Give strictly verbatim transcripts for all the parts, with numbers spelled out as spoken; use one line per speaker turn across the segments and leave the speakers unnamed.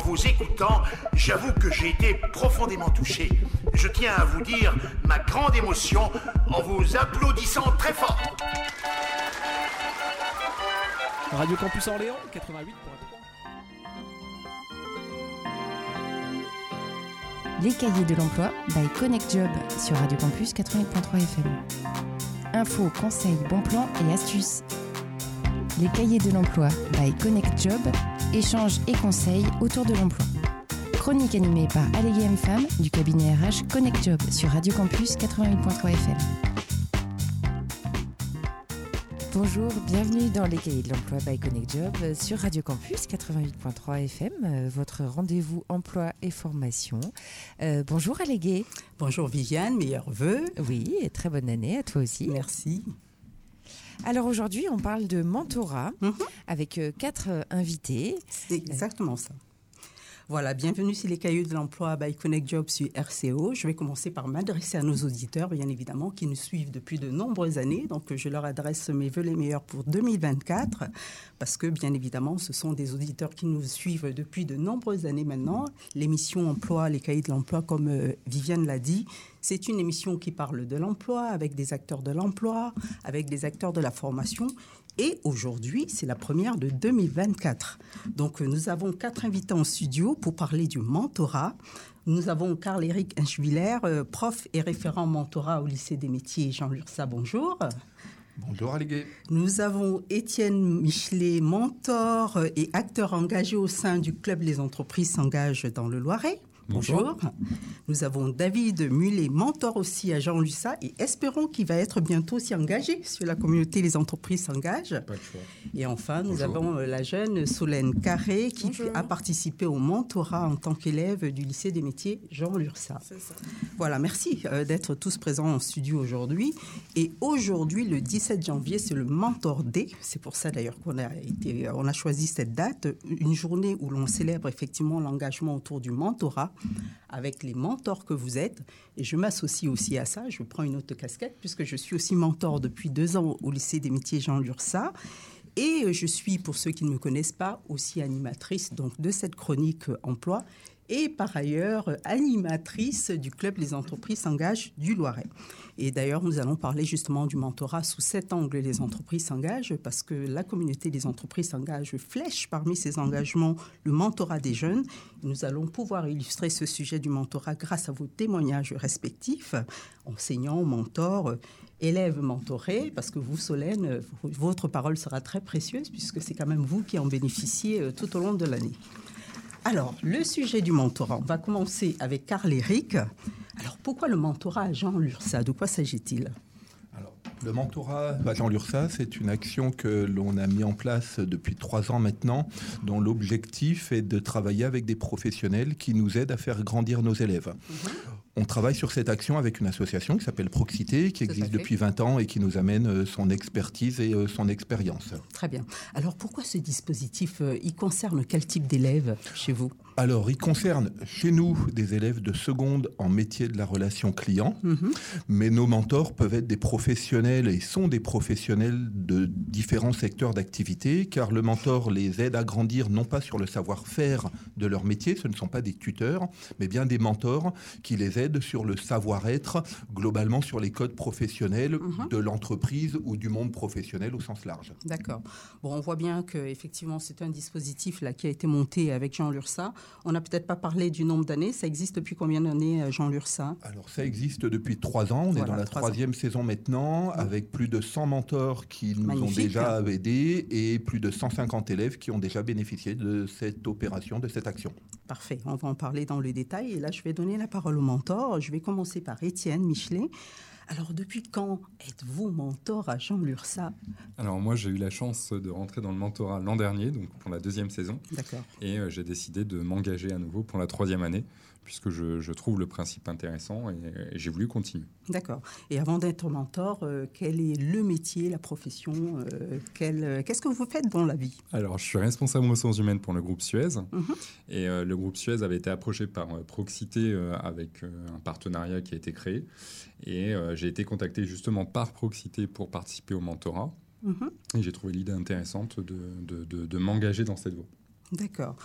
vous écoutant, j'avoue que j'ai été profondément touché. Je tiens à vous dire ma grande émotion en vous applaudissant très fort.
Radio Campus Orléans, quatre-vingt-huit point trois.
Les cahiers de l'emploi by Connect Job sur Radio Campus quatre-vingt-huit point trois F M. Infos, conseils, bons plans et astuces. Les cahiers de l'emploi by Connect Job, échanges et conseils autour de l'emploi. Chronique animée par Allégué M Femme du cabinet R H Connect Job sur Radio Campus quatre-vingt-huit point trois F M. Bonjour, bienvenue dans les cahiers de l'emploi by Connect Job sur Radio Campus quatre-vingt-huit point trois F M, euh, votre rendez-vous emploi et formation. Euh, bonjour Allégué.
Bonjour Viviane, meilleurs vœux.
Oui, et très bonne année à toi aussi.
Merci.
Alors aujourd'hui, on parle de mentorat mm-hmm. avec euh, quatre euh, invités.
C'est exactement ça. Voilà, bienvenue sur les cahiers de l'emploi by Connect Job sur R C O. Je vais commencer par m'adresser à nos auditeurs, bien évidemment, qui nous suivent depuis de nombreuses années. Donc, je leur adresse mes vœux les meilleurs pour deux mille vingt-quatre, parce que, bien évidemment, ce sont des auditeurs qui nous suivent depuis de nombreuses années maintenant. L'émission Emploi, les cahiers de l'emploi, comme euh, Viviane l'a dit, c'est une émission qui parle de l'emploi, avec des acteurs de l'emploi, avec des acteurs de la formation. Et aujourd'hui, c'est la première de deux mille vingt-quatre. Donc, nous avons quatre invités en studio pour parler du mentorat. Nous avons Carl-Éric Hinchwiller, euh, prof et référent mentorat au lycée des métiers Jean Lurçat. Bonjour.
Bonjour Allégué.
Nous avons Étienne Michelet, mentor et acteur engagé au sein du club Les Entreprises s'engagent dans le Loiret. Bonjour. Bonjour. Nous avons David Mullet, mentor aussi à Jean Lurçat et espérons qu'il va être bientôt aussi engagé sur la communauté Les Entreprises s'engagent.
Pas de choix.
Et enfin, nous
Bonjour.
avons la jeune Solène Carré qui
Bonjour.
a participé au mentorat en tant qu'élève du lycée des métiers Jean Lurçat. C'est ça. Voilà, merci euh, d'être tous présents en studio aujourd'hui. Et aujourd'hui, le dix-sept janvier, c'est le Mentor Day. C'est pour ça d'ailleurs qu'on a, été, on a choisi cette date, une journée où l'on célèbre effectivement l'engagement autour du mentorat avec les mentors que vous êtes. Et je m'associe aussi à ça. Je prends une autre casquette puisque je suis aussi mentor depuis deux ans au lycée des métiers Jean Lurçat. Et je suis, pour ceux qui ne me connaissent pas, aussi animatrice donc, de cette chronique emploi et par ailleurs animatrice du club Les Entreprises s'engagent du Loiret. Et d'ailleurs, nous allons parler justement du mentorat sous cet angle Les Entreprises s'engagent parce que la communauté des entreprises s'engage flèche parmi ses engagements le mentorat des jeunes. Nous allons pouvoir illustrer ce sujet du mentorat grâce à vos témoignages respectifs, enseignants, mentors, élèves mentorés, parce que vous, Solène, votre parole sera très précieuse puisque c'est quand même vous qui en bénéficiez tout au long de l'année. Alors, le sujet du mentorat, on va commencer avec Carl-Éric. Alors, pourquoi le mentorat à Jean Lurçat? De quoi s'agit-il?
Alors, le mentorat à Jean Lurçat, c'est une action que l'on a mis en place depuis trois ans maintenant, dont l'objectif est de travailler avec des professionnels qui nous aident à faire grandir nos élèves. Mmh. On travaille sur cette action avec une association qui s'appelle Proxité, qui existe depuis vingt ans et qui nous amène son expertise et son expérience.
Très bien. Alors, pourquoi ce dispositif, il concerne quel type d'élèves chez vous?
Alors, il concerne chez nous des élèves de seconde en métier de la relation client, mm-hmm. mais nos mentors peuvent être des professionnels et sont des professionnels de différents secteurs d'activité, car le mentor les aide à grandir non pas sur le savoir-faire de leur métier, ce ne sont pas des tuteurs, mais bien des mentors qui les aident sur le savoir-être, globalement sur les codes professionnels mm-hmm. de l'entreprise ou du monde professionnel au sens large.
D'accord. Bon, on voit bien qu'effectivement, c'est un dispositif là, qui a été monté avec Jean Lurçat. On n'a peut-être pas parlé du nombre d'années. Ça existe depuis combien d'années, Jean Lurçat?
Alors, ça existe depuis trois ans. On voilà, est dans la troisième ans. saison maintenant, mmh. avec plus de cent mentors qui nous Magnifique. ont déjà hein. aidés et plus de cent cinquante élèves qui ont déjà bénéficié de cette opération, de cette action.
Parfait. On va en parler dans le détail. Et là, je vais donner la parole au mentor. Je vais commencer par Étienne Michelet. Alors, depuis quand êtes-vous mentor à Jean Lurçat?
Alors, moi, j'ai eu la chance de rentrer dans le mentorat l'an dernier, donc pour la deuxième saison.
D'accord.
Et euh, j'ai décidé de m'engager à nouveau pour la troisième année, puisque je, je trouve le principe intéressant et, et j'ai voulu continuer.
D'accord. Et avant d'être mentor, euh, quel est le métier, la profession euh, quel, euh, Qu'est-ce que vous faites dans la vie?
Alors, je suis responsable ressources humaines pour le groupe Suez. Mm-hmm. Et euh, le groupe Suez avait été approché par euh, Proxité euh, avec euh, un partenariat qui a été créé. Et euh, j'ai été contacté justement par Proxité pour participer au mentorat. Mm-hmm. Et j'ai trouvé l'idée intéressante de, de, de, de m'engager dans cette voie.
D'accord.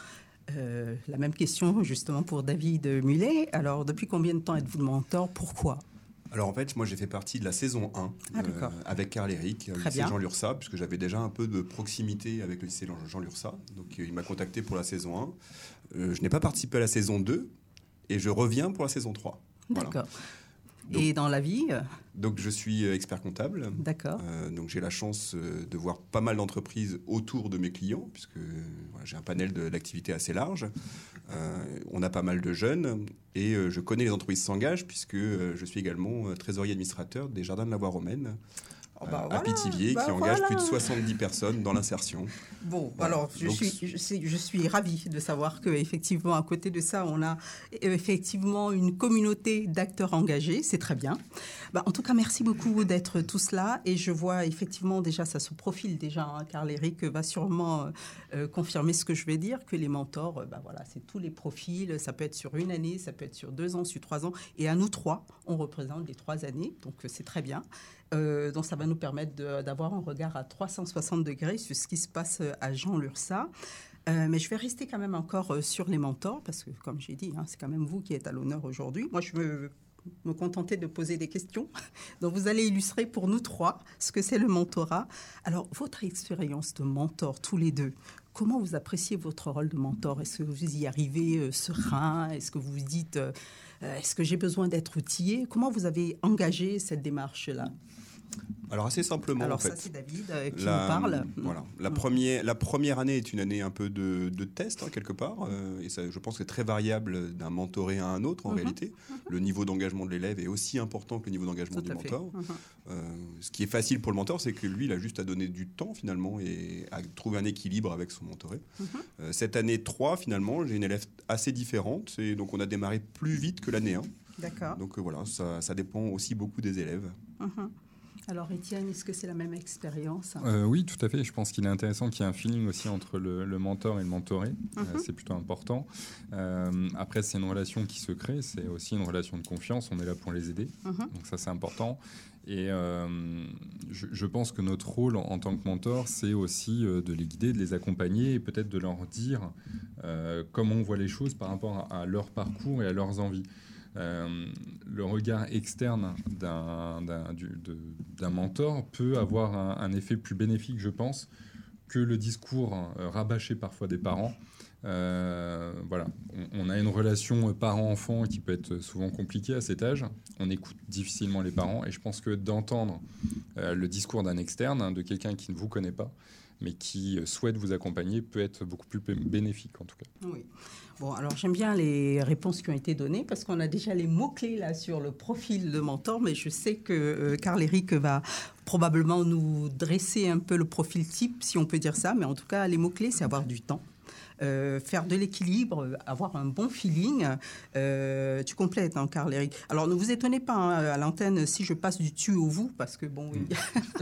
Euh, la même question justement pour David Mullet. Alors, depuis combien de temps êtes-vous le mentor? Pourquoi?
Alors en fait, moi j'ai fait partie de la saison un ah, euh, avec Carl-Éric, le lycée Jean Lursa, puisque j'avais déjà un peu de proximité avec le lycée Jean Lursa. Donc euh, il m'a contacté pour la saison un. Euh, je n'ai pas participé à la saison deux et je reviens pour la saison trois.
D'accord. Voilà. Donc, et dans la vie?
Donc je suis expert comptable.
D'accord.
Euh, donc j'ai la chance de voir pas mal d'entreprises autour de mes clients, puisque voilà, j'ai un panel de, d'activités assez large. Euh, on a pas mal de jeunes et euh, je connais les entreprises qui s'engagent, puisque euh, je suis également euh, trésorier administrateur des Jardins de la Voie Romaine. Oh bah voilà, à Pithiviers, bah qui engage voilà. plus de soixante-dix personnes dans l'insertion.
Bon, voilà. alors je, Donc, suis, je, suis, je suis ravie de savoir qu'effectivement, à côté de ça, on a effectivement une communauté d'acteurs engagés. C'est très bien. Bah, en tout cas, merci beaucoup d'être tous là. Et je vois effectivement déjà, ça se profile déjà. Hein, Carl-Éric va sûrement euh, confirmer ce que je vais dire, que les mentors, euh, bah, voilà, c'est tous les profils. Ça peut être sur une année, ça peut être sur deux ans, sur trois ans. Et à nous trois, on représente les trois années. Donc, c'est très bien. Euh, donc ça va nous permettre de, d'avoir un regard à trois cent soixante degrés sur ce qui se passe à Jean Lursa. Euh, mais je vais rester quand même encore sur les mentors, parce que comme j'ai dit, hein, c'est quand même vous qui êtes à l'honneur aujourd'hui. Moi, je me, me contentais de poser des questions. Donc vous allez illustrer pour nous trois ce que c'est le mentorat. Alors, votre expérience de mentor, tous les deux, comment vous appréciez votre rôle de mentor? Est-ce que vous y arrivez euh, serein? Est-ce que vous vous dites, euh, est-ce que j'ai besoin d'être outillé? Comment vous avez engagé cette démarche-là?
Alors assez simplement,
Alors
en fait.
ça, c'est David euh, qui
la,
nous parle.
Voilà. La, mmh. première, la première année est une année un peu de, de test, hein, quelque part. Euh, et ça, je pense que c'est très variable d'un mentoré à un autre, en mmh. réalité. Mmh. Le niveau d'engagement de l'élève est aussi important que le niveau d'engagement Tout du mentor. Mmh. Euh, ce qui est facile pour le mentor, c'est que lui, il a juste à donner du temps, finalement, et à trouver un équilibre avec son mentoré. Mmh. Euh, cette année trois, finalement, j'ai une élève assez différente. Et donc, on a démarré plus vite que l'année un.
D'accord.
Donc, euh, voilà, ça, ça dépend aussi beaucoup des élèves.
Mmh. Alors Étienne, est-ce que c'est la même expérience?
euh, Oui, tout à fait. Je pense qu'il est intéressant qu'il y ait un feeling aussi entre le, le mentor et le mentoré. Mm-hmm. Euh, c'est plutôt important. Euh, après, c'est une relation qui se crée. C'est aussi une relation de confiance. On est là pour les aider. Mm-hmm. Donc ça, c'est important. Et euh, je, je pense que notre rôle en, en tant que mentor, c'est aussi euh, de les guider, de les accompagner et peut-être de leur dire euh, comment on voit les choses par rapport à, à leur parcours et à leurs envies. Euh, le regard externe d'un, d'un, du, de, d'un mentor peut avoir un, un effet plus bénéfique, je pense, que le discours euh, rabâché parfois des parents. Euh, voilà, on, on a une relation parent-enfant qui peut être souvent compliquée à cet âge. On écoute difficilement les parents et je pense que d'entendre euh, le discours d'un externe, hein, de quelqu'un qui ne vous connaît pas, mais qui souhaite vous accompagner, peut être beaucoup plus bénéfique en tout cas.
Oui. Bon, alors j'aime bien les réponses qui ont été données parce qu'on a déjà les mots-clés là sur le profil de mentor, mais je sais que euh, Carl-Éric va probablement nous dresser un peu le profil type, si on peut dire ça, mais en tout cas, les mots-clés, c'est avoir du temps. Euh, faire de l'équilibre, avoir un bon feeling. Euh, tu complètes, hein, Carl-Éric. Alors, ne vous étonnez pas hein, à l'antenne si je passe du tu au vous, parce que, bon, oui,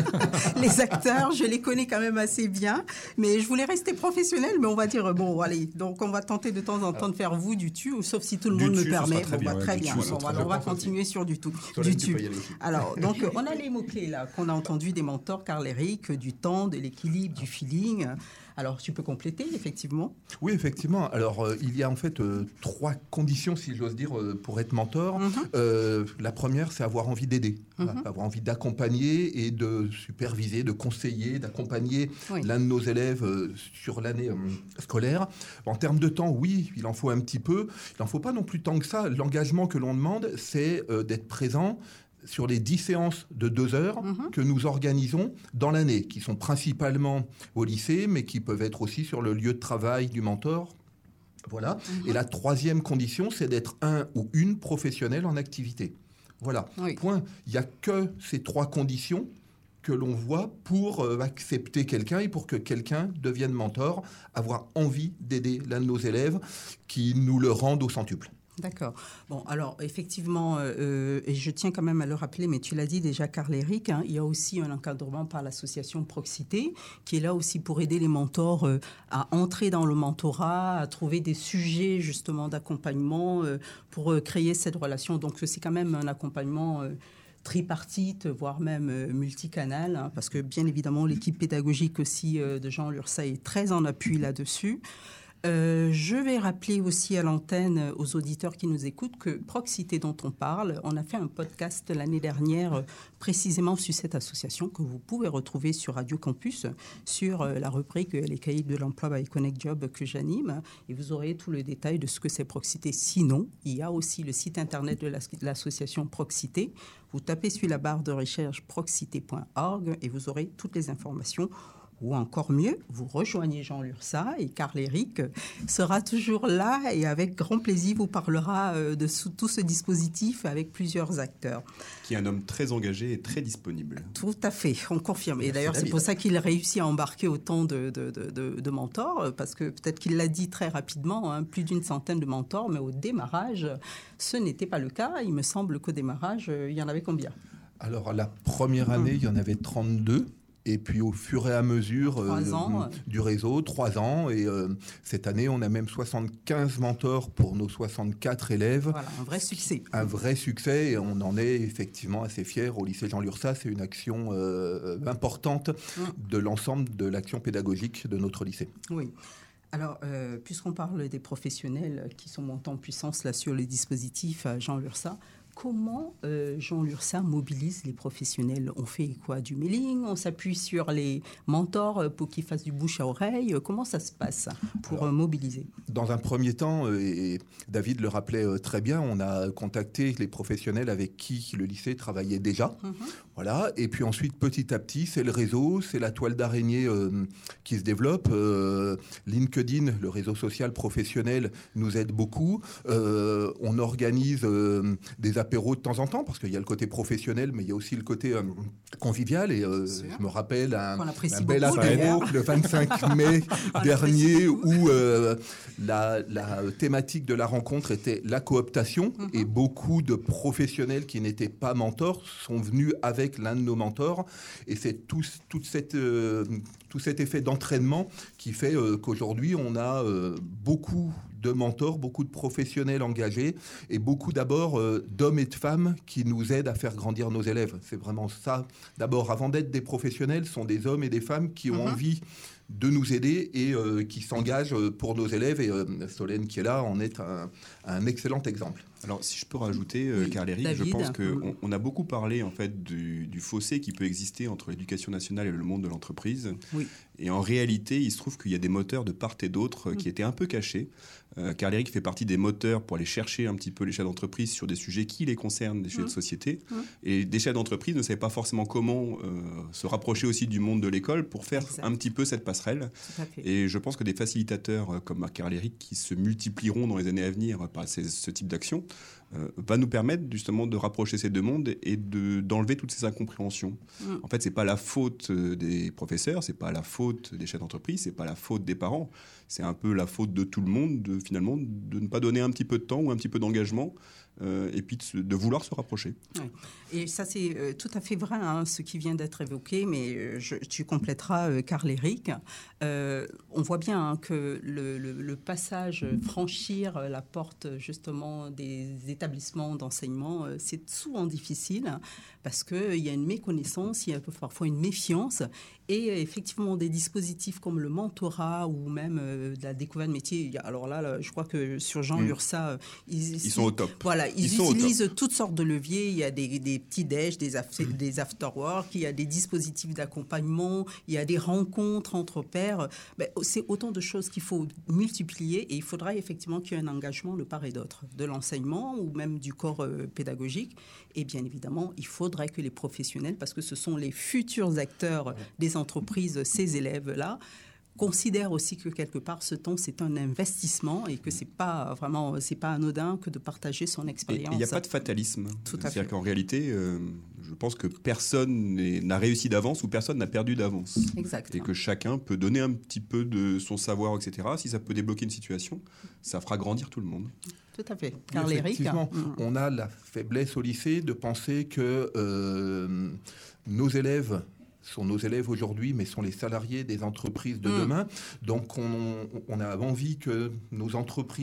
les acteurs, je les connais quand même assez bien, mais je voulais rester professionnel, mais on va dire, bon, allez, donc on va tenter de temps en temps de faire vous du tu, sauf si tout le monde me permet. Très bon, bien, bah, très bien. Bon, voilà, on va continuer sur du tout. Du tu. Alors, donc, on a les mots-clés, là, qu'on a entendus des mentors, Carl-Éric, du temps, de l'équilibre, du feeling. Alors, tu peux compléter, effectivement.
Oui, effectivement. Alors, euh, il y a en fait euh, trois conditions, si j'ose dire, euh, pour être mentor. Mm-hmm. Euh, la première, c'est avoir envie d'aider, mm-hmm. voilà, avoir envie d'accompagner et de superviser, de conseiller, d'accompagner oui. l'un de nos élèves euh, sur l'année euh, scolaire. En termes de temps, oui, il en faut un petit peu. Il n'en faut pas non plus tant que ça. L'engagement que l'on demande, c'est euh, d'être présent sur les dix séances de deux heures mmh. que nous organisons dans l'année, qui sont principalement au lycée, mais qui peuvent être aussi sur le lieu de travail du mentor. Voilà. Mmh. Et la troisième condition, c'est d'être un ou une professionnelle en activité. Voilà. Oui. Point. Il n'y a que ces trois conditions que l'on voit pour euh, accepter quelqu'un et pour que quelqu'un devienne mentor, avoir envie d'aider l'un de nos élèves qui nous le rendent au centuple.
D'accord. Bon, alors, effectivement, euh, et je tiens quand même à le rappeler, mais tu l'as dit déjà, Carl-Éric, hein, il y a aussi un encadrement par l'association Proxité, qui est là aussi pour aider les mentors euh, à entrer dans le mentorat, à trouver des sujets, justement, d'accompagnement euh, pour euh, créer cette relation. Donc, c'est quand même un accompagnement... Euh, tripartite, voire même euh, multicanal, hein, parce que, bien évidemment, l'équipe pédagogique aussi euh, de Jean Lursa est très en appui là-dessus. Euh, je vais rappeler aussi à l'antenne aux auditeurs qui nous écoutent que Proxité dont on parle, on a fait un podcast l'année dernière euh, précisément sur cette association que vous pouvez retrouver sur Radio Campus, sur euh, la rubrique Les Cahiers de l'Emploi by Connect Job que j'anime, et vous aurez tout le détail de ce que c'est Proxité. Sinon, il y a aussi le site internet de l'association Proxité. Vous tapez sur la barre de recherche proxité point org et vous aurez toutes les informations. Ou encore mieux, vous rejoignez Jean Lursa et Carl-Éric sera toujours là et avec grand plaisir vous parlera de tout ce dispositif avec plusieurs acteurs.
Qui est un homme très engagé et très disponible.
Tout à fait, on confirme. Et d'ailleurs, c'est pour ça qu'il réussit à embarquer autant de, de, de, de, de mentors, parce que peut-être qu'il l'a dit très rapidement, hein, plus d'une centaine de mentors, mais au démarrage, ce n'était pas le cas. Il me semble qu'au démarrage, il y en avait combien ?
Alors, la première année, il y en avait trente-deux. Et puis au fur et à mesure
euh, ans,
du réseau, trois ans. Et euh, cette année, on a même soixante-quinze mentors pour nos soixante-quatre élèves.
Voilà, un vrai succès.
Un vrai succès. Et on en est effectivement assez fiers. Au lycée Jean Lursa, c'est une action euh, importante mmh. de l'ensemble de l'action pédagogique de notre lycée.
Oui. Alors, euh, puisqu'on parle des professionnels qui sont montés en puissance là, sur les dispositifs à Jean Lursa, comment euh, Jean Lursa mobilise les professionnels ? On fait quoi ? Du mailing ? On s'appuie sur les mentors pour qu'ils fassent du bouche à oreille ? Comment ça se passe pour Alors, mobiliser ?
Dans un premier temps, et David le rappelait très bien, on a contacté les professionnels avec qui le lycée travaillait déjà. Mm-hmm. Voilà. Et puis ensuite, petit à petit, c'est le réseau, c'est la toile d'araignée euh, qui se développe. Euh, LinkedIn, le réseau social professionnel, nous aide beaucoup. Euh, on organise euh, des apéros de temps en temps, parce qu'il y a le côté professionnel, mais il y a aussi le côté euh, convivial. Et euh, je me rappelle un, un bel apéro le vingt-cinq mai dernier où euh, la, la thématique de la rencontre était la cooptation. Mm-hmm. Et beaucoup de professionnels qui n'étaient pas mentors sont venus avec l'un de nos mentors. Et c'est tout, toute cette, euh, tout cet effet d'entraînement qui fait euh, qu'aujourd'hui, on a euh, beaucoup de mentors, beaucoup de professionnels engagés et beaucoup d'abord euh, d'hommes et de femmes qui nous aident à faire grandir nos élèves. C'est vraiment ça. D'abord, avant d'être des professionnels, sont des hommes et des femmes qui ont mmh. envie de nous aider et euh, qui s'engagent pour nos élèves. Et euh, Solène qui est là en est un, un excellent exemple.
Alors, si je peux rajouter, euh, oui, Carl-Éric, je pense qu'on on a beaucoup parlé en fait du, du fossé qui peut exister entre l'éducation nationale et le monde de l'entreprise.
Oui.
Et en réalité, il se trouve qu'il y a des moteurs de part et d'autre mmh. qui étaient un peu cachés. Euh, Carl-Éric fait partie des moteurs pour aller chercher un petit peu les chefs d'entreprise sur des sujets qui les concernent, des sujets mmh. de société. Mmh. Et des chefs d'entreprise ne savaient pas forcément comment euh, se rapprocher aussi du monde de l'école pour faire exact. Un petit peu cette passerelle. Et je pense que des facilitateurs comme Carl-Éric, qui se multiplieront dans les années à venir par ces, ce type d'action, euh, va nous permettre justement de rapprocher ces deux mondes et de, d'enlever toutes ces incompréhensions. Mmh. En fait, c'est pas la faute des professeurs, c'est pas la faute des chefs d'entreprise, c'est pas la faute des parents. C'est un peu la faute de tout le monde, de, finalement, de ne pas donner un petit peu de temps ou un petit peu d'engagement euh, et puis de, de vouloir se rapprocher.
Ouais. Et ça, c'est euh, tout à fait vrai, hein, ce qui vient d'être évoqué, mais euh, je, tu compléteras, euh, Carl-Éric. Euh, on voit bien hein, que le, le, le passage, franchir la porte, justement, des établissements d'enseignement, euh, c'est souvent difficile hein, parce qu'il y a une méconnaissance, il y a parfois une méfiance. Et euh, effectivement, des dispositifs comme le mentorat ou même euh, de la découverte de métier. Alors là, là, je crois que sur Jean mmh. Lursa,
ils, ils sont au top.
Voilà, ils, ils utilisent toutes sortes de leviers. Il y a des, des petits déj, des, af- mmh. des after-work, il y a des dispositifs d'accompagnement, il y a des rencontres entre pairs. Ben, c'est autant de choses qu'il faut multiplier et il faudra effectivement qu'il y ait un engagement de part et d'autre, de l'enseignement ou même du corps euh, pédagogique. Et bien évidemment, il faudrait que les professionnels, parce que ce sont les futurs acteurs des entreprises, ces élèves-là, considèrent aussi que quelque part ce temps c'est un investissement et que c'est pas vraiment c'est pas anodin que de partager son expérience.
Il n'y a pas de fatalisme.
Tout à
C'est-à-dire
fait.
qu'en réalité, euh, je pense que personne n'a réussi d'avance ou personne n'a perdu d'avance.
Exact.
Et que chacun peut donner un petit peu de son savoir, et cetera. Si ça peut débloquer une situation, ça fera grandir tout le monde.
Tout à fait. Carl-Éric.
Effectivement, mmh. on a la faiblesse au lycée de penser que euh, nos élèves sont nos élèves aujourd'hui, mais sont les salariés des entreprises de mmh. demain. Donc, on, on a envie que nos entreprises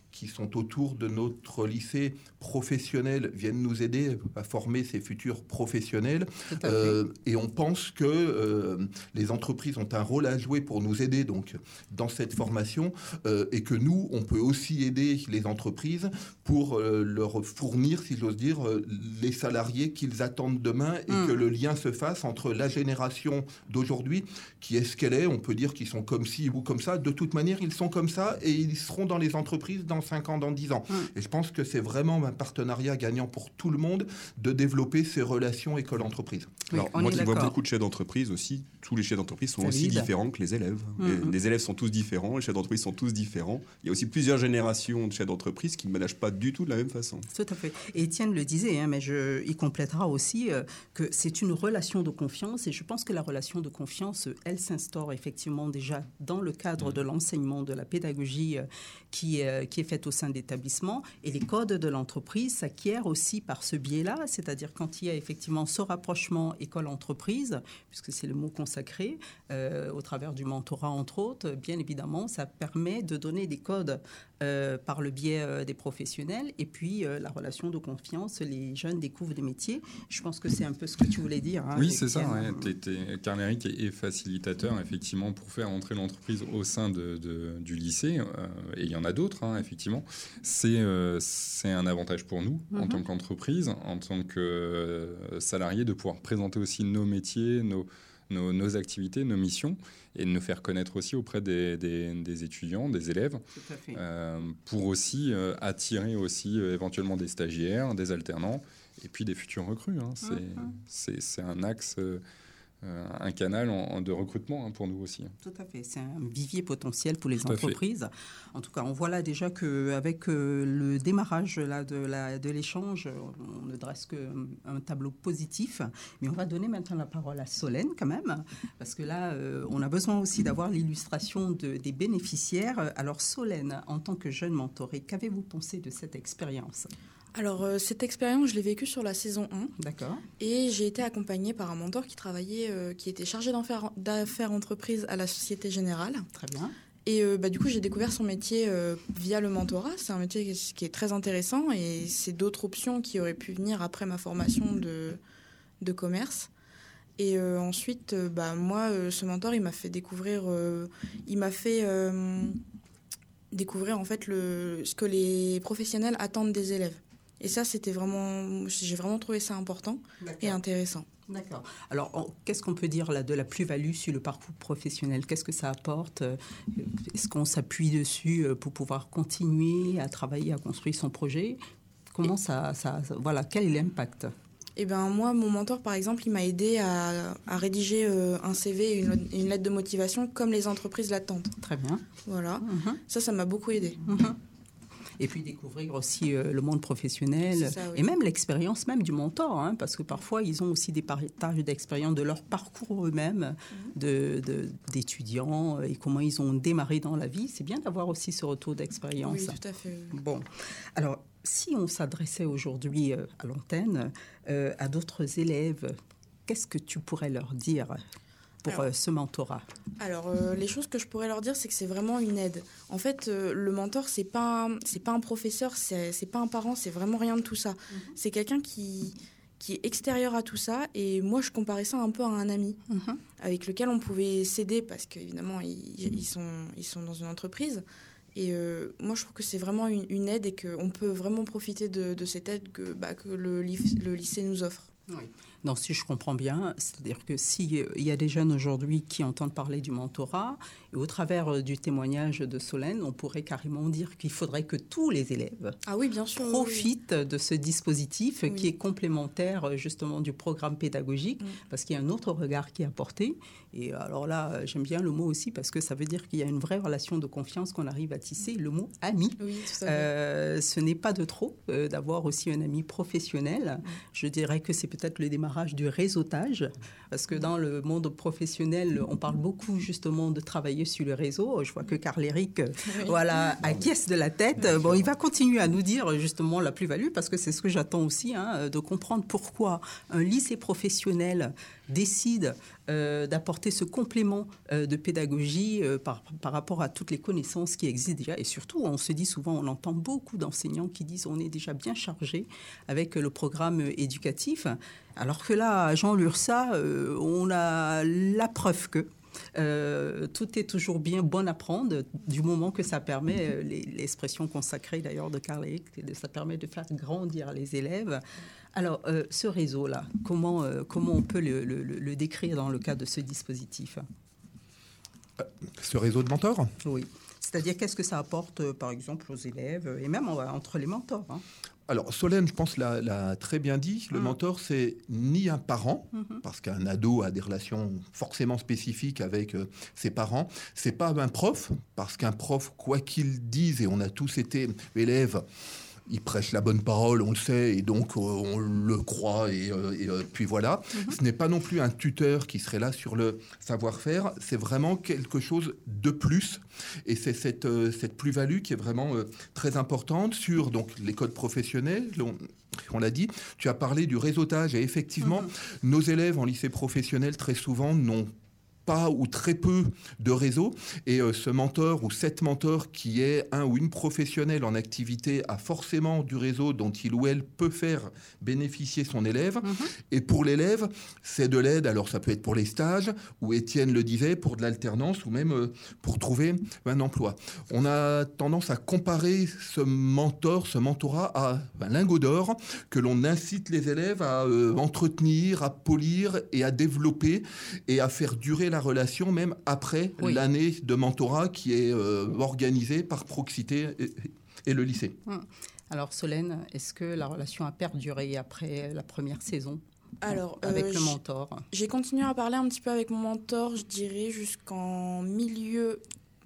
qui sont autour de notre lycée professionnel viennent nous aider à former ces futurs professionnels. Euh, et on pense que euh, les entreprises ont un rôle à jouer pour nous aider donc, dans cette formation euh, et que nous, on peut aussi aider les entreprises pour euh, leur fournir, si j'ose dire, euh, les salariés qu'ils attendent demain et mmh. que le lien se fasse entre la génération d'aujourd'hui, qui est ce qu'elle est, on peut dire qu'ils sont comme ci ou comme ça. De toute manière, ils sont comme ça et ils seront dans les entreprises dans cinq ans, dans dix ans. Mmh. Et je pense que c'est vraiment un partenariat gagnant pour tout le monde de développer ces relations école-entreprise.
Oui, Alors, moi qui vois beaucoup de chefs d'entreprise aussi, tous les chefs d'entreprise sont aussi différents que les élèves. Mmh. Les, les élèves sont tous différents, les chefs d'entreprise sont tous différents. Il y a aussi plusieurs générations de chefs d'entreprise qui ne managent pas du tout de la même façon.
Tout à fait. Et Étienne le disait, hein, mais je, il complétera aussi euh, que c'est une relation de confiance et je pense que la relation de confiance, elle s'instaure effectivement déjà dans le cadre mmh. de l'enseignement, de la pédagogie euh, qui, euh, qui est faite au sein d'établissements et les codes de l'entreprise s'acquièrent aussi par ce biais-là, c'est-à-dire quand il y a effectivement ce rapprochement école-entreprise, puisque c'est le mot consacré, euh, au travers du mentorat entre autres, bien évidemment, ça permet de donner des codes euh, par le biais euh, des professionnels et puis euh, la relation de confiance, les jeunes découvrent des métiers. Je pense que c'est un peu ce que tu voulais dire. Hein,
oui, c'est ça. Ouais. Carl-Éric est facilitateur effectivement pour faire entrer l'entreprise au sein de, de, du lycée euh, et il y en a d'autres hein, effectivement. C'est, euh, c'est un avantage pour nous mm-hmm. en tant qu'entreprise, en tant que euh, salarié de pouvoir présenter aussi nos métiers, nos Nos, nos activités, nos missions, et de nous faire connaître aussi auprès des, des, des étudiants, des élèves, euh, pour aussi euh, attirer aussi euh, éventuellement des stagiaires, des alternants, et puis des futurs recrues. Hein. C'est, mm-hmm. c'est, c'est un axe, euh, un canal en, en de recrutement hein, pour nous aussi.
Tout à fait, c'est un vivier potentiel pour les Tout entreprises. En tout cas, on voit là déjà qu'avec euh, le démarrage là, de, la, de l'échange, on ne dresse qu'un tableau positif. Mais on va donner maintenant la parole à Solène quand même, parce que là, euh, on a besoin aussi d'avoir l'illustration de, des bénéficiaires. Alors Solène, en tant que jeune mentorée, qu'avez-vous pensé de cette expérience ?
Alors, euh, cette expérience, je l'ai vécue sur la saison un.
D'accord.
Et j'ai été accompagnée par un mentor qui travaillait, euh, qui était chargé d'affaires, d'affaires entreprises à la Société Générale.
Très bien.
Et euh, bah, du coup, j'ai découvert son métier euh, via le mentorat. C'est un métier qui est très intéressant et c'est d'autres options qui auraient pu venir après ma formation de, de commerce. Et euh, ensuite, euh, bah, moi, euh, ce mentor, il m'a fait découvrir... Euh, il m'a fait... Euh, découvrir en fait le, ce que les professionnels attendent des élèves. Et ça, c'était vraiment, j'ai vraiment trouvé ça important D'accord. et intéressant.
D'accord. Alors, on, qu'est-ce qu'on peut dire là, de la plus-value sur le parcours professionnel ? Qu'est-ce que ça apporte ? Est-ce qu'on s'appuie dessus pour pouvoir continuer à travailler, à construire son projet ? Comment et... ça, ça, ça... Voilà, quel est l'impact ?
Eh ben, moi, mon mentor, par exemple, il m'a aidé à, à rédiger euh, un C V et une, une lettre de motivation comme les entreprises l'attendent.
Très bien.
Voilà.
Mm-hmm.
Ça, ça m'a beaucoup aidé.
Mm-hmm. Et puis découvrir aussi euh, le monde professionnel
ça, oui.
et même l'expérience même du mentor, hein, parce que parfois ils ont aussi des partages d'expérience de leur parcours eux-mêmes, mmh. de, de, d'étudiants et comment ils ont démarré dans la vie. C'est bien d'avoir aussi ce retour d'expérience.
Oui, tout à fait.
Bon, alors si on s'adressait aujourd'hui euh, à l'antenne euh, à d'autres élèves, qu'est-ce que tu pourrais leur dire pour alors, euh, ce mentorat ?
Alors, euh, les choses que je pourrais leur dire, c'est que c'est vraiment une aide. En fait, euh, le mentor, c'est pas un, c'est pas un professeur, c'est, c'est pas un parent, c'est vraiment rien de tout ça. Mm-hmm. C'est quelqu'un qui, qui est extérieur à tout ça. Et moi, je comparais ça un peu à un ami mm-hmm. avec lequel on pouvait s'aider parce qu'évidemment, ils, ils, sont, ils sont dans une entreprise. Et euh, moi, je trouve que c'est vraiment une, une aide et qu'on peut vraiment profiter de, de cette aide que, bah, que le, le lycée nous offre.
Oui. Non, si je comprends bien, c'est-à-dire que s'il y a des jeunes aujourd'hui qui entendent parler du mentorat, et au travers du témoignage de Solène, on pourrait carrément dire qu'il faudrait que tous les élèves
ah oui, bien sûr,
profitent
oui.
de ce dispositif oui. qui est complémentaire justement du programme pédagogique, oui. parce qu'il y a un autre regard qui est apporté. Et alors là, j'aime bien le mot aussi, parce que ça veut dire qu'il y a une vraie relation de confiance qu'on arrive à tisser, le mot « ami
oui, ».
Euh, ce n'est pas de trop euh, d'avoir aussi un ami professionnel. Oui. Je dirais que c'est peut-être le démarrage démarrage du réseautage, parce que dans le monde professionnel, on parle beaucoup justement de travailler sur le réseau. Je vois que Carl-Éric oui. voilà, acquiesce de la tête. Bon, il va continuer à nous dire justement la plus-value, parce que c'est ce que j'attends aussi, hein, de comprendre pourquoi un lycée professionnel décide euh, d'apporter ce complément euh, de pédagogie euh, par, par rapport à toutes les connaissances qui existent déjà. Et surtout, on se dit souvent, on entend beaucoup d'enseignants qui disent on est déjà bien chargé avec le programme éducatif. Alors que là, à Jean Lursa, euh, on a la preuve que Euh, tout est toujours bien bon à prendre du moment que ça permet, euh, les, l'expression consacrée d'ailleurs de Carl-Éric, ça permet de faire grandir les élèves. Alors, euh, ce réseau-là, comment, euh, comment on peut le, le, le décrire dans le cadre de ce dispositif ?
euh, Ce réseau de mentors ?
Oui. C'est-à-dire, qu'est-ce que ça apporte, euh, par exemple, aux élèves et même euh, entre les mentors, hein ?
Alors, Solène, je pense, l'a, l'a très bien dit. Le mmh. mentor, c'est ni un parent, mmh. parce qu'un ado a des relations forcément spécifiques avec euh, ses parents. C'est pas un prof, parce qu'un prof, quoi qu'il dise, et on a tous été élèves, il prêche la bonne parole, on le sait, et donc euh, on le croit, et, euh, et euh, puis voilà. Mmh. Ce n'est pas non plus un tuteur qui serait là sur le savoir-faire, c'est vraiment quelque chose de plus. Et c'est cette, euh, cette plus-value qui est vraiment euh, très importante sur donc, les codes professionnels. On, on l'a dit, tu as parlé du réseautage, et effectivement, mmh. nos élèves en lycée professionnel, très souvent, n'ont pas ou très peu de réseau, et euh, ce mentor ou cette mentor qui est un ou une professionnelle en activité a forcément du réseau dont il ou elle peut faire bénéficier son élève. Mmh. Et pour l'élève, c'est de l'aide. Alors ça peut être pour les stages, ou Étienne le disait, pour de l'alternance, ou même euh, pour trouver un emploi. On a tendance à comparer ce mentor, ce mentorat à un lingot d'or que l'on incite les élèves à euh, entretenir, à polir et à développer et à faire durer la relation même après oui. l'année de mentorat qui est euh, organisée par Proxité et, et le lycée.
Alors Solène, est-ce que la relation a perduré après la première saison
Alors,
avec euh, le
mentor? J'ai continué à parler un petit peu avec mon mentor, je dirais, jusqu'en milieu,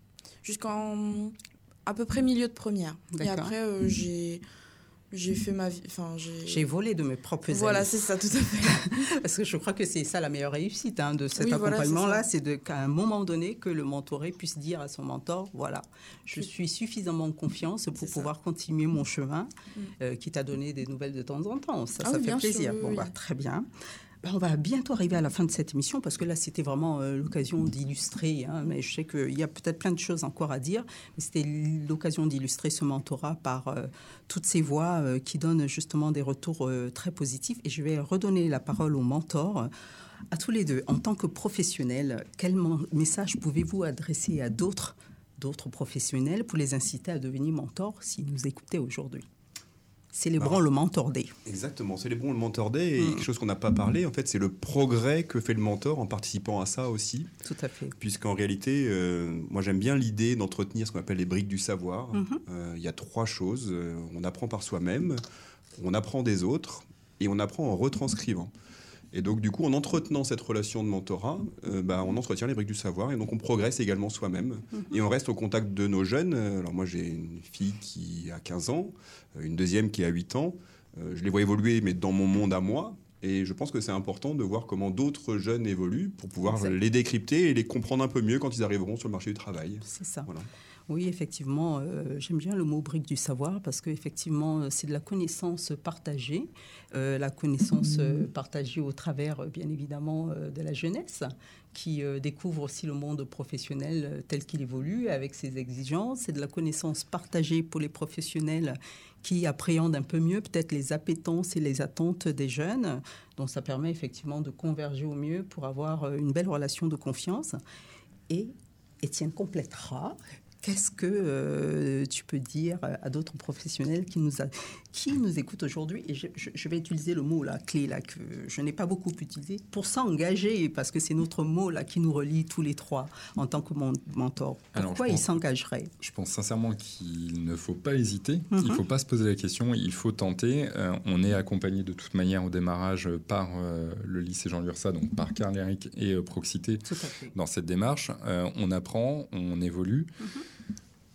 jusqu'en à peu près milieu de première. D'accord. Et après, euh, j'ai... J'ai fait ma vie. Enfin, j'ai...
j'ai volé de mes propres ailes.
Voilà, c'est ça, tout à fait.
Parce que je crois que c'est ça la meilleure réussite hein, de cet oui, accompagnement-là, voilà, c'est, c'est de, qu'à un moment donné, que le mentoré puisse dire à son mentor, voilà, je suis suffisamment en confiance pour c'est pouvoir ça. continuer mon chemin, mm. euh, qui t'a donné des nouvelles de temps en temps. Ça, ah, ça oui, fait plaisir. Sûr, bon, oui. bah, très bien. On va bientôt arriver à la fin de cette émission parce que là, c'était vraiment euh, l'occasion d'illustrer. Hein, mais je sais qu'il y a peut-être plein de choses encore à dire. Mais c'était l'occasion d'illustrer ce mentorat par euh, toutes ces voix euh, qui donnent justement des retours euh, très positifs. Et je vais redonner la parole au mentor. À tous les deux, en tant que professionnels, quel message pouvez-vous adresser à d'autres, d'autres professionnels pour les inciter à devenir mentors s'ils nous écoutaient aujourd'hui ? Célébrons Alors, le Mentor Day.
Exactement, célébrons le Mentor Day. Et mmh. quelque chose qu'on n'a pas parlé, en fait, c'est le progrès que fait le mentor en participant à ça aussi.
Tout à fait.
Puisqu'en réalité, euh, moi j'aime bien l'idée d'entretenir ce qu'on appelle les briques du savoir. Il mmh. euh, y a trois choses. Euh, on apprend par soi-même, on apprend des autres et on apprend en retranscrivant. Et donc, du coup, en entretenant cette relation de mentorat, euh, bah, on entretient les briques du savoir et donc on progresse également soi-même. Mm-hmm. Et on reste au contact de nos jeunes. Alors moi, j'ai une fille qui a quinze ans, une deuxième qui a huit ans. Euh, je les vois évoluer, mais dans mon monde à moi. Et je pense que c'est important de voir comment d'autres jeunes évoluent pour pouvoir exact. les décrypter et les comprendre un peu mieux quand ils arriveront sur le marché du travail.
C'est ça.
Voilà.
Oui, effectivement, euh, j'aime bien le mot brique du savoir parce qu'effectivement, c'est de la connaissance partagée, euh, la connaissance euh, partagée au travers, bien évidemment, euh, de la jeunesse qui euh, découvre aussi le monde professionnel euh, tel qu'il évolue avec ses exigences. C'est de la connaissance partagée pour les professionnels qui appréhendent un peu mieux peut-être les appétences et les attentes des jeunes. Donc ça permet effectivement de converger au mieux pour avoir euh, une belle relation de confiance. Et Étienne complétera. Qu'est-ce que euh, tu peux dire à d'autres professionnels qui nous, a, qui nous écoutent aujourd'hui ? Et je, je, je vais utiliser le mot là, clé là, que je n'ai pas beaucoup utilisé, pour s'engager, parce que c'est notre mot là, qui nous relie tous les trois en tant que mentor. Pourquoi ils s'engageraient ?
Je pense sincèrement qu'il ne faut pas hésiter, mm-hmm. il ne faut pas se poser la question, il faut tenter. Euh, on est accompagné de toute manière au démarrage par euh, le lycée Jean Lursa, donc par Carl-Éric et euh, Proxité dans cette démarche. Euh, on apprend, on évolue. Mm-hmm.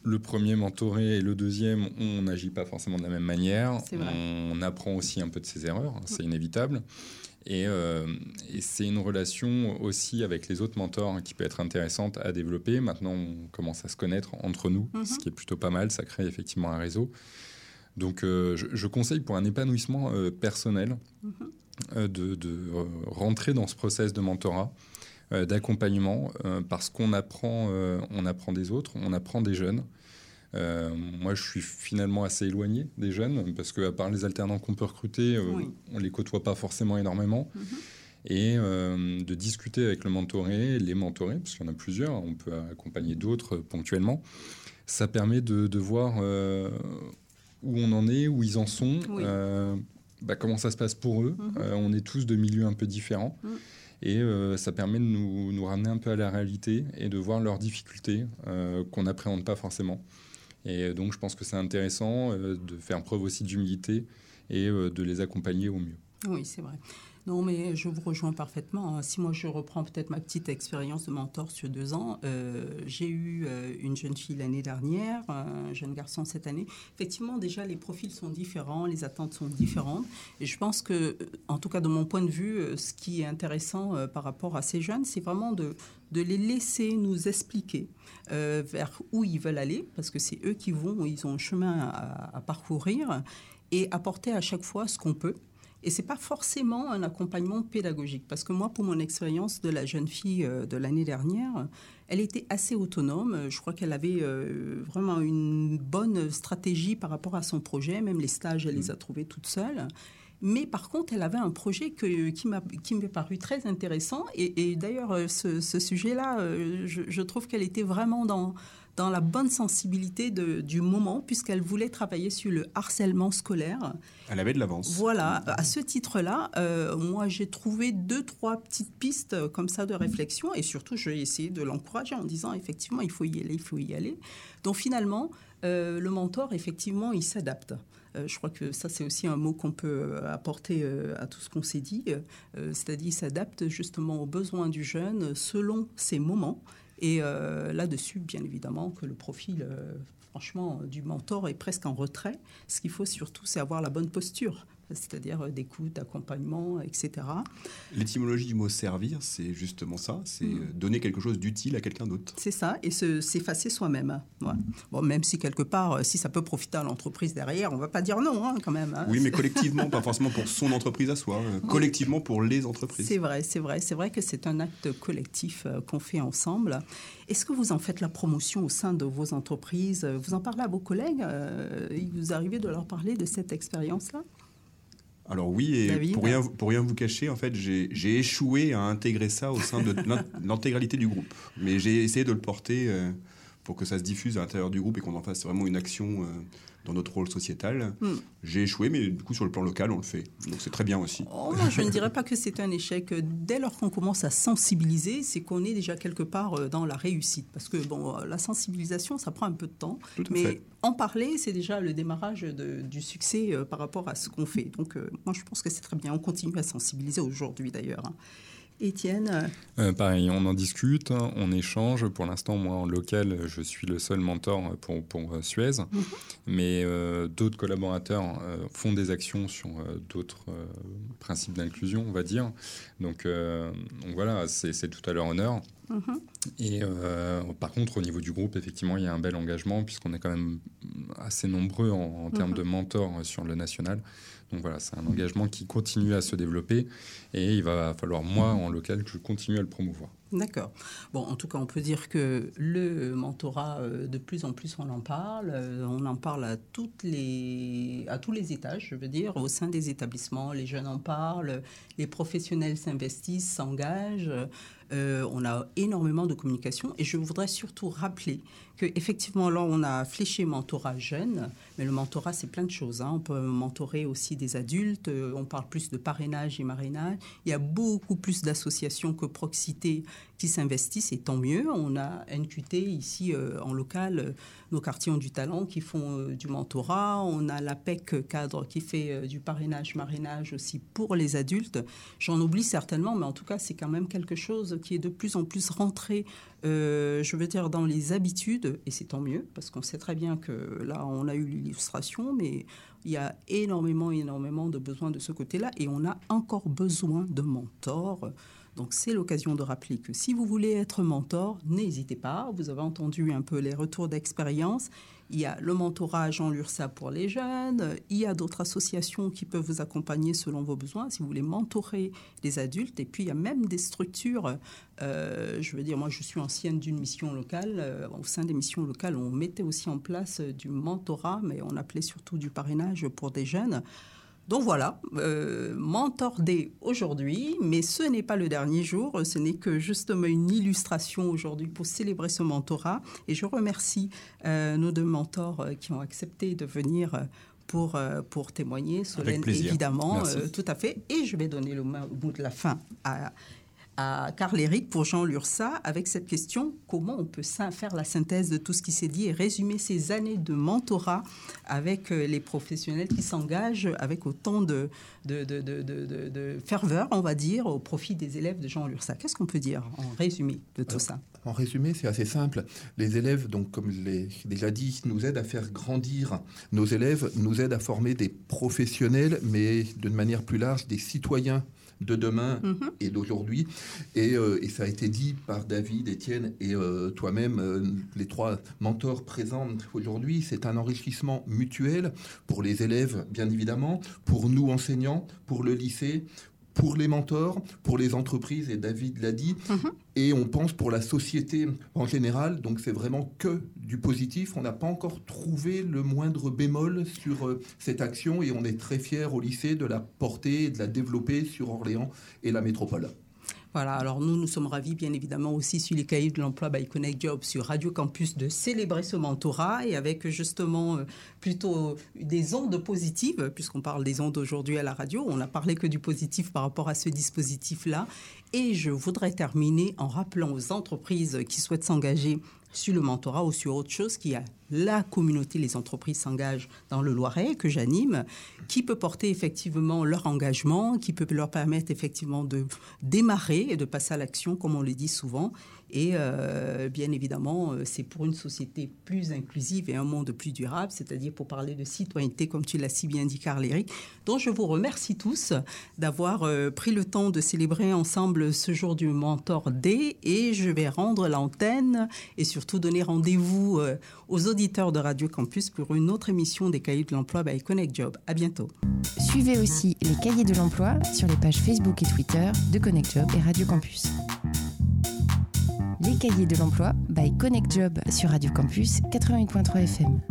le premier mentoré et le deuxième, on n'agit pas forcément de la même manière.
C'est vrai.
On apprend aussi un peu de ses erreurs, c'est inévitable. Et, euh, et c'est une relation aussi avec les autres mentors qui peut être intéressante à développer. Maintenant, on commence à se connaître entre nous, mm-hmm. ce qui est plutôt pas mal. Ça crée effectivement un réseau. Donc, euh, je, je conseille pour un épanouissement euh, personnel mm-hmm. euh, de, de euh, rentrer dans ce process de mentorat, euh, d'accompagnement, euh, parce qu'on apprend, euh, on apprend des autres, on apprend des jeunes. Euh, moi, je suis finalement assez éloigné des jeunes parce qu'à part les alternants qu'on peut recruter, euh, oui. on ne les côtoie pas forcément énormément. Mm-hmm. Et euh, de discuter avec le mentoré, les mentorés, parce qu'il y en a plusieurs, on peut accompagner d'autres ponctuellement, ça permet de, de voir euh, où on en est, où ils en sont, oui. euh, bah, comment ça se passe pour eux. Mm-hmm. Euh, on est tous de milieux un peu différents. Mm. Et euh, ça permet de nous, nous ramener un peu à la réalité et de voir leurs difficultés euh, qu'on n'appréhende pas forcément. Et donc, je pense que c'est intéressant euh, de faire preuve aussi d'humilité et euh, de les accompagner au mieux.
Oui, c'est vrai. Non, mais je vous rejoins parfaitement. Si moi, je reprends peut-être ma petite expérience de mentor sur deux ans, euh, j'ai eu euh, une jeune fille l'année dernière, un jeune garçon cette année. Effectivement, déjà, les profils sont différents, les attentes sont différentes. Et je pense que, en tout cas, de mon point de vue, ce qui est intéressant euh, par rapport à ces jeunes, c'est vraiment de, de les laisser nous expliquer euh, vers où ils veulent aller, parce que c'est eux qui vont, ils ont un chemin à, à parcourir, et apporter à chaque fois ce qu'on peut. Et ce n'est pas forcément un accompagnement pédagogique. Parce que moi, pour mon expérience de la jeune fille de l'année dernière, elle était assez autonome. Je crois qu'elle avait vraiment une bonne stratégie par rapport à son projet. Même les stages, elle les a trouvés toute seule. Mais par contre, elle avait un projet que, qui, m'a, qui m'est paru très intéressant. Et, et d'ailleurs, ce, ce sujet-là, je, je trouve qu'elle était vraiment dans... dans la bonne sensibilité de, du moment, puisqu'elle voulait travailler sur le harcèlement scolaire.
Elle avait de l'avance.
Voilà. À ce titre-là, euh, moi, j'ai trouvé deux, trois petites pistes comme ça de réflexion, et surtout, j'ai essayé de l'encourager en disant, effectivement, il faut y aller, il faut y aller. Donc, finalement, euh, le mentor, effectivement, il s'adapte. Euh, je crois que ça, c'est aussi un mot qu'on peut apporter euh, à tout ce qu'on s'est dit. Euh, c'est-à-dire, il s'adapte justement aux besoins du jeune selon ses moments. Et euh, là-dessus, bien évidemment, que le profil, euh, franchement, du mentor est presque en retrait. Ce qu'il faut surtout, c'est avoir la bonne posture, c'est-à-dire euh, d'écoute, d'accompagnement, et cetera.
L'étymologie du mot « servir », c'est justement ça, c'est mmh. donner quelque chose d'utile à quelqu'un d'autre.
C'est ça, et se, s'effacer soi-même. Ouais. Bon, même si quelque part, si ça peut profiter à l'entreprise derrière, on ne va pas dire non, hein, quand même. Hein.
Oui, mais collectivement, pas forcément pour son entreprise à soi, euh, collectivement pour les entreprises.
C'est vrai, c'est vrai. C'est vrai que c'est un acte collectif euh, qu'on fait ensemble. Est-ce que vous en faites la promotion au sein de vos entreprises ? Vous en parlez à vos collègues ? euh, Il vous arrive de leur parler de cette expérience-là ?
Alors oui, et pour rien, pour rien vous cacher, en fait, j'ai, j'ai échoué à intégrer ça au sein de l'intégralité du groupe. Mais j'ai essayé de le porter euh, pour que ça se diffuse à l'intérieur du groupe et qu'on en fasse vraiment une action euh, dans notre rôle sociétal. Mm. J'ai échoué, mais du coup, sur le plan local, on le fait. Donc c'est très bien aussi.
Oh, moi, je ne dirais pas que c'est un échec. Dès lors qu'on commence à sensibiliser, c'est qu'on est déjà quelque part dans la réussite. Parce que bon, la sensibilisation, ça prend un peu de temps.
Tout à
mais
fait.
En parler, c'est déjà le démarrage de, du succès euh, par rapport à ce qu'on fait. Donc euh, moi, je pense que c'est très bien. On continue à sensibiliser aujourd'hui, d'ailleurs. Hein. Étienne
euh, Pareil, on en discute, on échange. Pour l'instant, moi, en local, je suis le seul mentor pour, pour euh, Suez. Mm-hmm. Mais euh, d'autres collaborateurs euh, font des actions sur euh, d'autres euh, principes d'inclusion, on va dire. Donc, euh, donc voilà, c'est, c'est tout à leur honneur. Mm-hmm. Et euh, par contre, au niveau du groupe, effectivement, il y a un bel engagement puisqu'on est quand même assez nombreux en, en termes mm-hmm. de mentors sur le national. Donc voilà, c'est un engagement qui continue à se développer et il va falloir, moi, en local, que je continue à le promouvoir.
D'accord. Bon, en tout cas, on peut dire que le mentorat, de plus en plus, on en parle. On en parle à, toutes les, à tous les étages, je veux dire, au sein des établissements. Les jeunes en parlent, les professionnels s'investissent, s'engagent. Euh, on a énormément de communication et je voudrais surtout rappeler qu'effectivement, là, on a fléché mentorat jeune, mais le mentorat, c'est plein de choses. Hein. On peut mentorer aussi des adultes, on parle plus de parrainage et marrainage. Il y a beaucoup plus d'associations que Proxité qui s'investissent, et tant mieux. On a N Q T ici euh, en local, euh, nos quartiers ont du talent, qui font euh, du mentorat. On a l'A P E C cadre qui fait euh, du parrainage, marrainage aussi pour les adultes. J'en oublie certainement, mais en tout cas, c'est quand même quelque chose qui est de plus en plus rentré, euh, je veux dire, dans les habitudes, et c'est tant mieux, parce qu'on sait très bien que là, on a eu l'illustration, mais il y a énormément, énormément de besoins de ce côté-là, et on a encore besoin de mentors. Donc, c'est l'occasion de rappeler que si vous voulez être mentor, n'hésitez pas. Vous avez entendu un peu les retours d'expérience. Il y a le mentorat Jean Lursa pour les jeunes. Il y a d'autres associations qui peuvent vous accompagner selon vos besoins si vous voulez mentorer les adultes. Et puis, il y a même des structures. Euh, je veux dire, moi, je suis ancienne d'une mission locale. Euh, au sein des missions locales, on mettait aussi en place du mentorat, mais on appelait surtout du parrainage pour des jeunes. Donc voilà, euh, Mentor Day aujourd'hui, mais ce n'est pas le dernier jour, ce n'est que justement une illustration aujourd'hui pour célébrer ce mentorat. Et je remercie euh, nos deux mentors euh, qui ont accepté de venir euh, pour, euh, pour témoigner. Solène, évidemment, euh, tout à fait. Et je vais donner le mot de la fin à... à Carl-Éric pour Jean Lursa avec cette question, comment on peut faire la synthèse de tout ce qui s'est dit et résumer ces années de mentorat avec les professionnels qui s'engagent avec autant de, de, de, de, de, de ferveur, on va dire, au profit des élèves de Jean Lursa. Qu'est-ce qu'on peut dire en résumé de tout ça ?
En résumé, c'est assez simple. Les élèves, donc, comme je l'ai déjà dit, nous aident à faire grandir nos élèves, nous aident à former des professionnels, mais d'une manière plus large, des citoyens de demain mm-hmm. et d'aujourd'hui. Et, euh, et ça a été dit par David, Étienne et euh, toi-même, euh, les trois mentors présents aujourd'hui. C'est un enrichissement mutuel pour les élèves, bien évidemment, pour nous enseignants, pour le lycée, pour les mentors, pour les entreprises, et David l'a dit, mm-hmm. et on pense pour la société en général. Donc c'est vraiment que du positif. On n'a pas encore trouvé le moindre bémol sur euh, cette action, et on est très fiers au lycée de la porter et de la développer sur Orléans et la métropole.
Voilà, alors nous, nous sommes ravis, bien évidemment, aussi sur les cahiers de l'emploi by Connect Job sur Radio Campus de célébrer ce mentorat, et avec justement euh, plutôt des ondes positives, puisqu'on parle des ondes aujourd'hui à la radio. On n'a parlé que du positif par rapport à ce dispositif-là. Et je voudrais terminer en rappelant aux entreprises qui souhaitent s'engager sur le mentorat ou sur autre chose, qu'il y a la communauté, les entreprises s'engagent dans le Loiret, que j'anime, qui peut porter effectivement leur engagement, qui peut leur permettre effectivement de démarrer et de passer à l'action, comme on le dit souvent. Et euh, bien évidemment, c'est pour une société plus inclusive et un monde plus durable, c'est-à-dire pour parler de citoyenneté, comme tu l'as si bien dit, Carl-Éric. Donc, je vous remercie tous d'avoir euh, pris le temps de célébrer ensemble ce jour du Mentor Day, et je vais rendre l'antenne et surtout donner rendez-vous euh, aux auditeurs de Radio Campus pour une autre émission des Cahiers de l'Emploi by Connect Job. À bientôt.
Suivez aussi les Cahiers de l'Emploi sur les pages Facebook et Twitter de Connect Job et Radio Campus. Les Cahiers de l'Emploi by Connect Job sur Radio Campus quatre-vingt-huit virgule trois F M.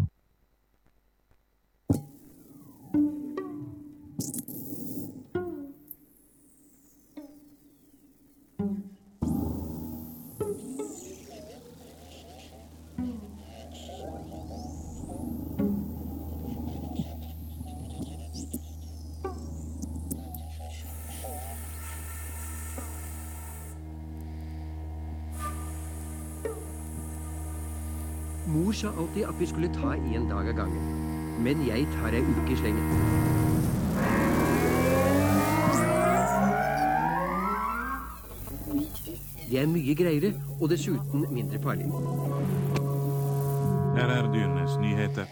Mor sa alltid at vi skulle ta en dag av gangen, men jeg tar ei uke i slengen. Det er mye greiere, og dessuten mindre farlig.
Her er Dyrenes nyheter.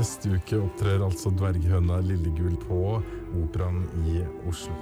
Neste uke opptrer altså dverghøna Lillegull på Operaen i Oslo.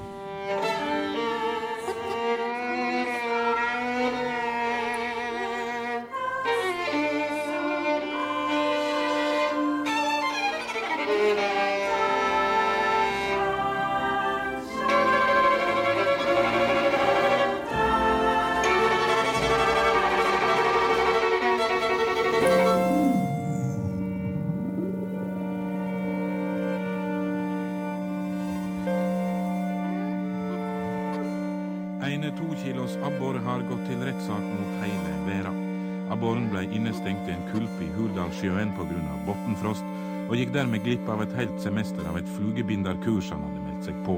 En to kilos abbor har gått til rettssak mot hele Vera. Abboren ble innestengt i en kulp i Hurdalssjøen på grunn av bottenfrost, og gikk dermed glipp av et helt semester av et flugebinderkurs han hadde meldt seg på.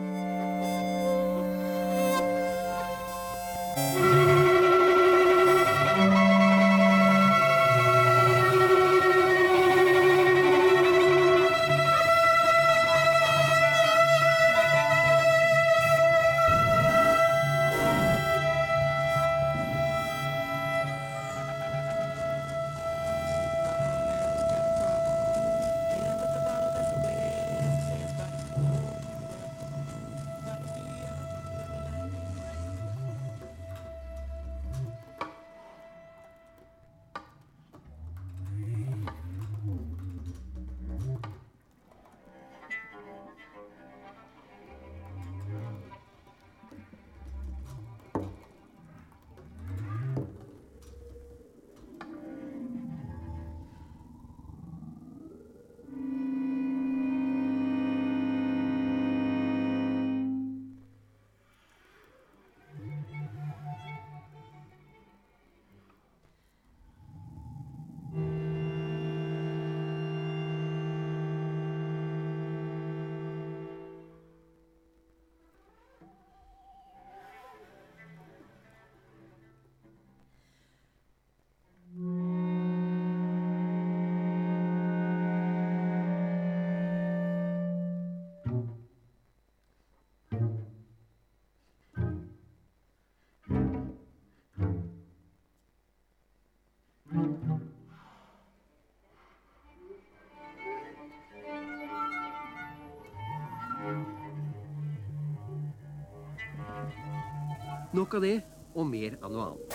Nok av det, og mer av noe annet.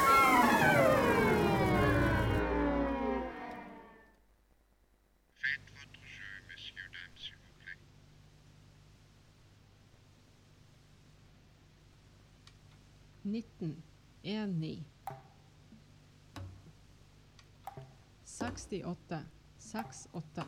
Faites votre jeu, messieurs, dames, s'il vous plaît.
nitten en ni sekstiåtte seks åtte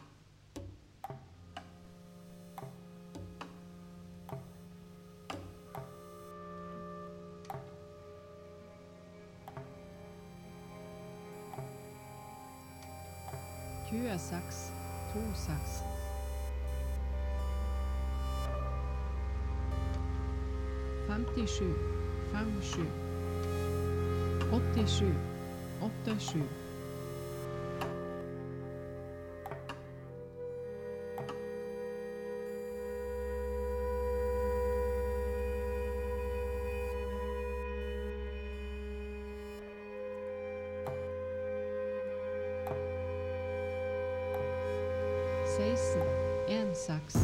tjueseks to seks femtisju fem sju åttisju åtte sju seksten en seks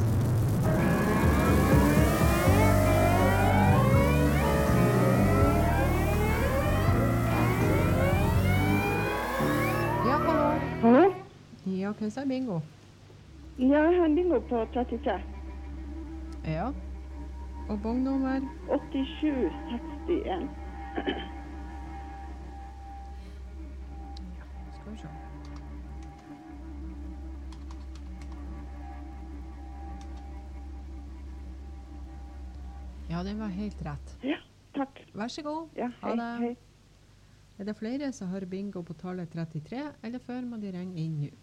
Ja, hallo.
Hallo?
Ja, hvem sier bingo?
Ja, jeg har en bingo på trettitre.
Ja. Og bongnummer?
åttisju sekstien.
Skal vi se. Ja, den var helt rett.
Ja, takk.
Vær så god.
Ja, hei,
ha det.
hei.
Er det flere som har bingo på tallet trettitre, eller før må de ringe inn nå?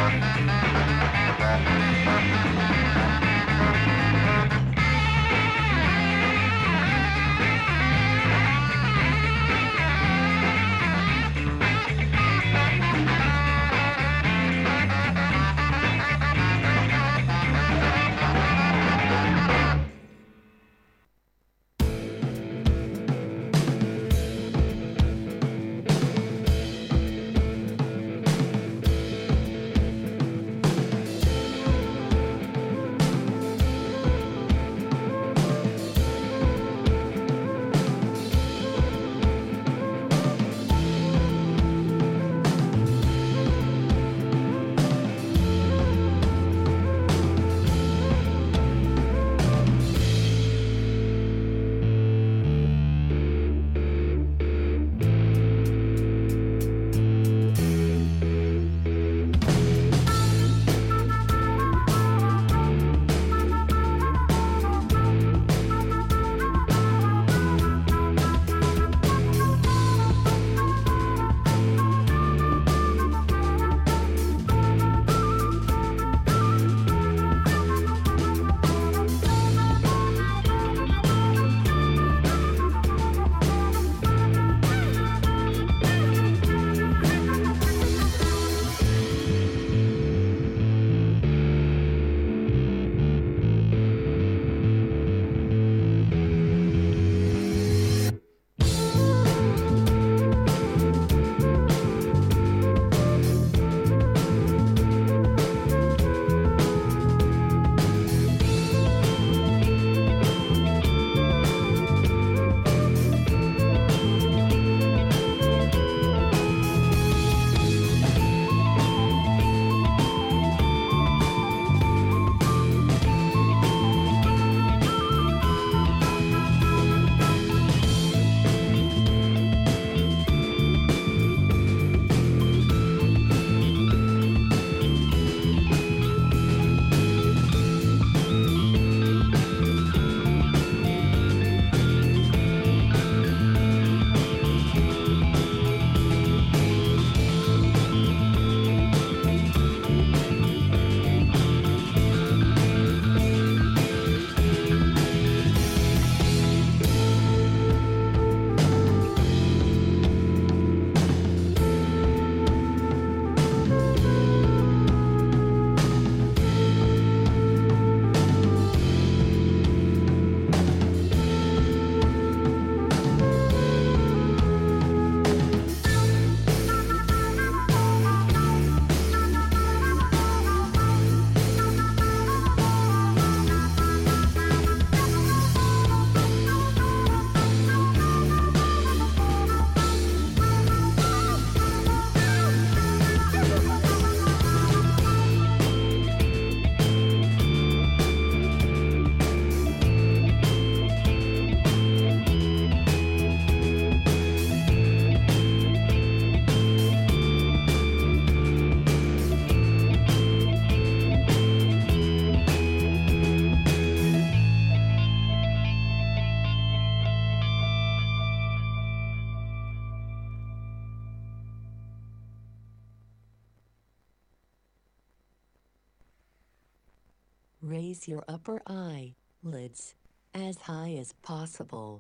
Raise your upper eyelids as high as possible.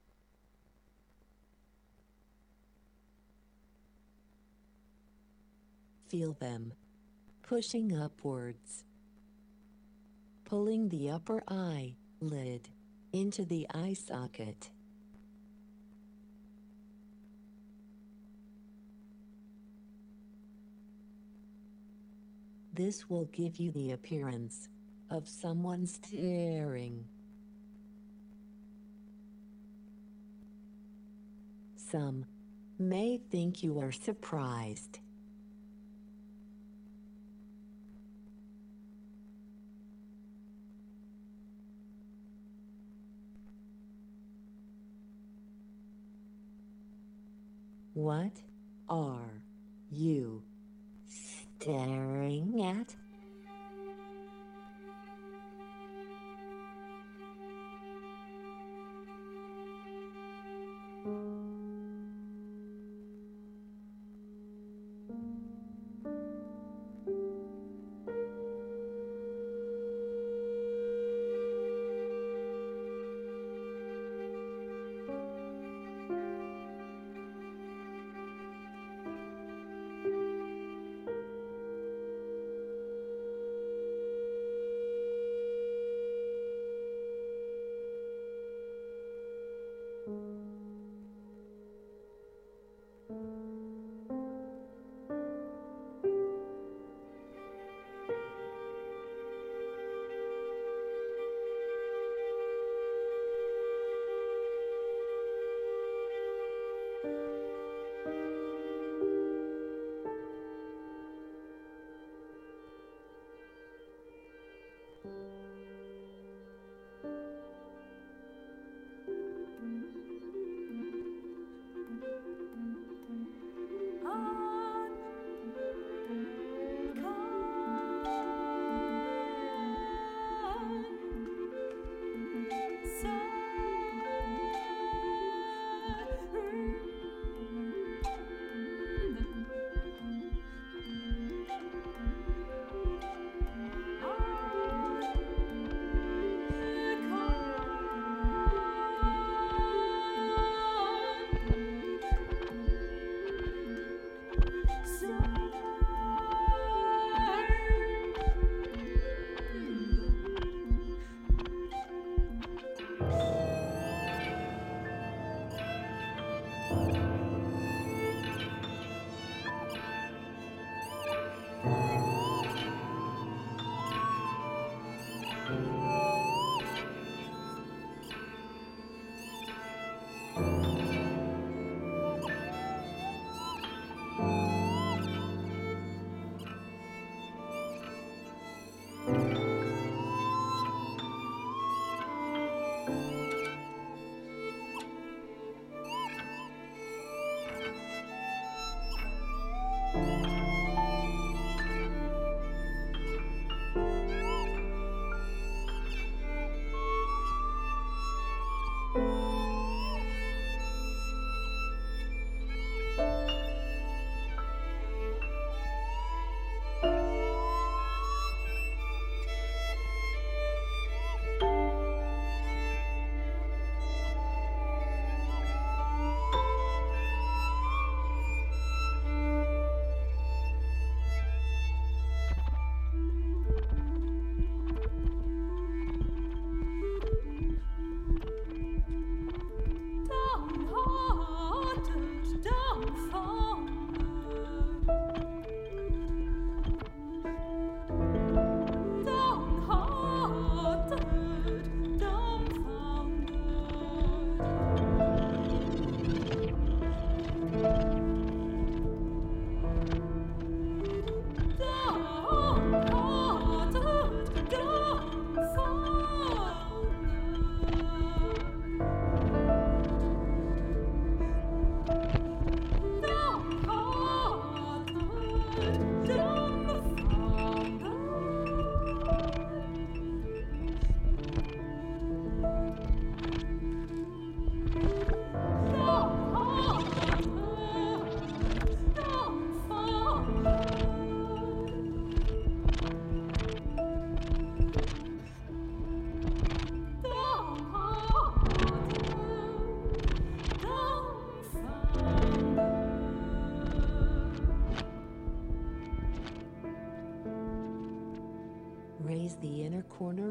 Feel them pushing upwards, pulling the upper eyelid into the eye socket. This will give you the appearance of someone staring. Some may think you are surprised. What are you staring at?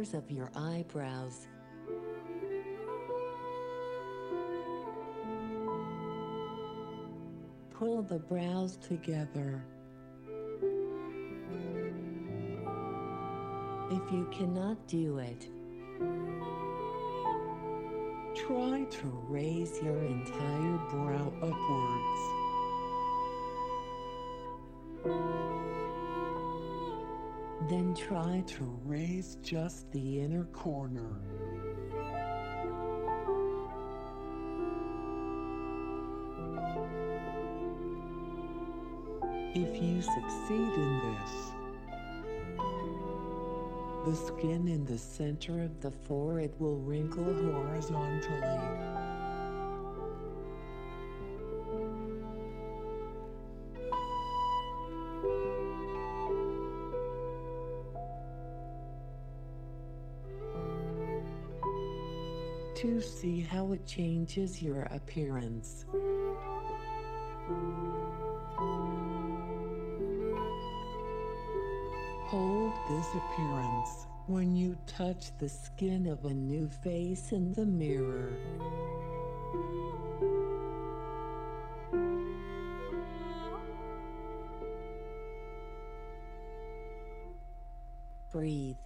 corners of your eyebrows. Pull the brows together. If you cannot do it, try to raise your entire brow upwards. Then try to raise just the inner corner. If you succeed in this, the skin in the center of the forehead will wrinkle horizontally. To see how it changes your appearance. Hold this appearance when you touch the skin of a new face in the mirror. Breathe.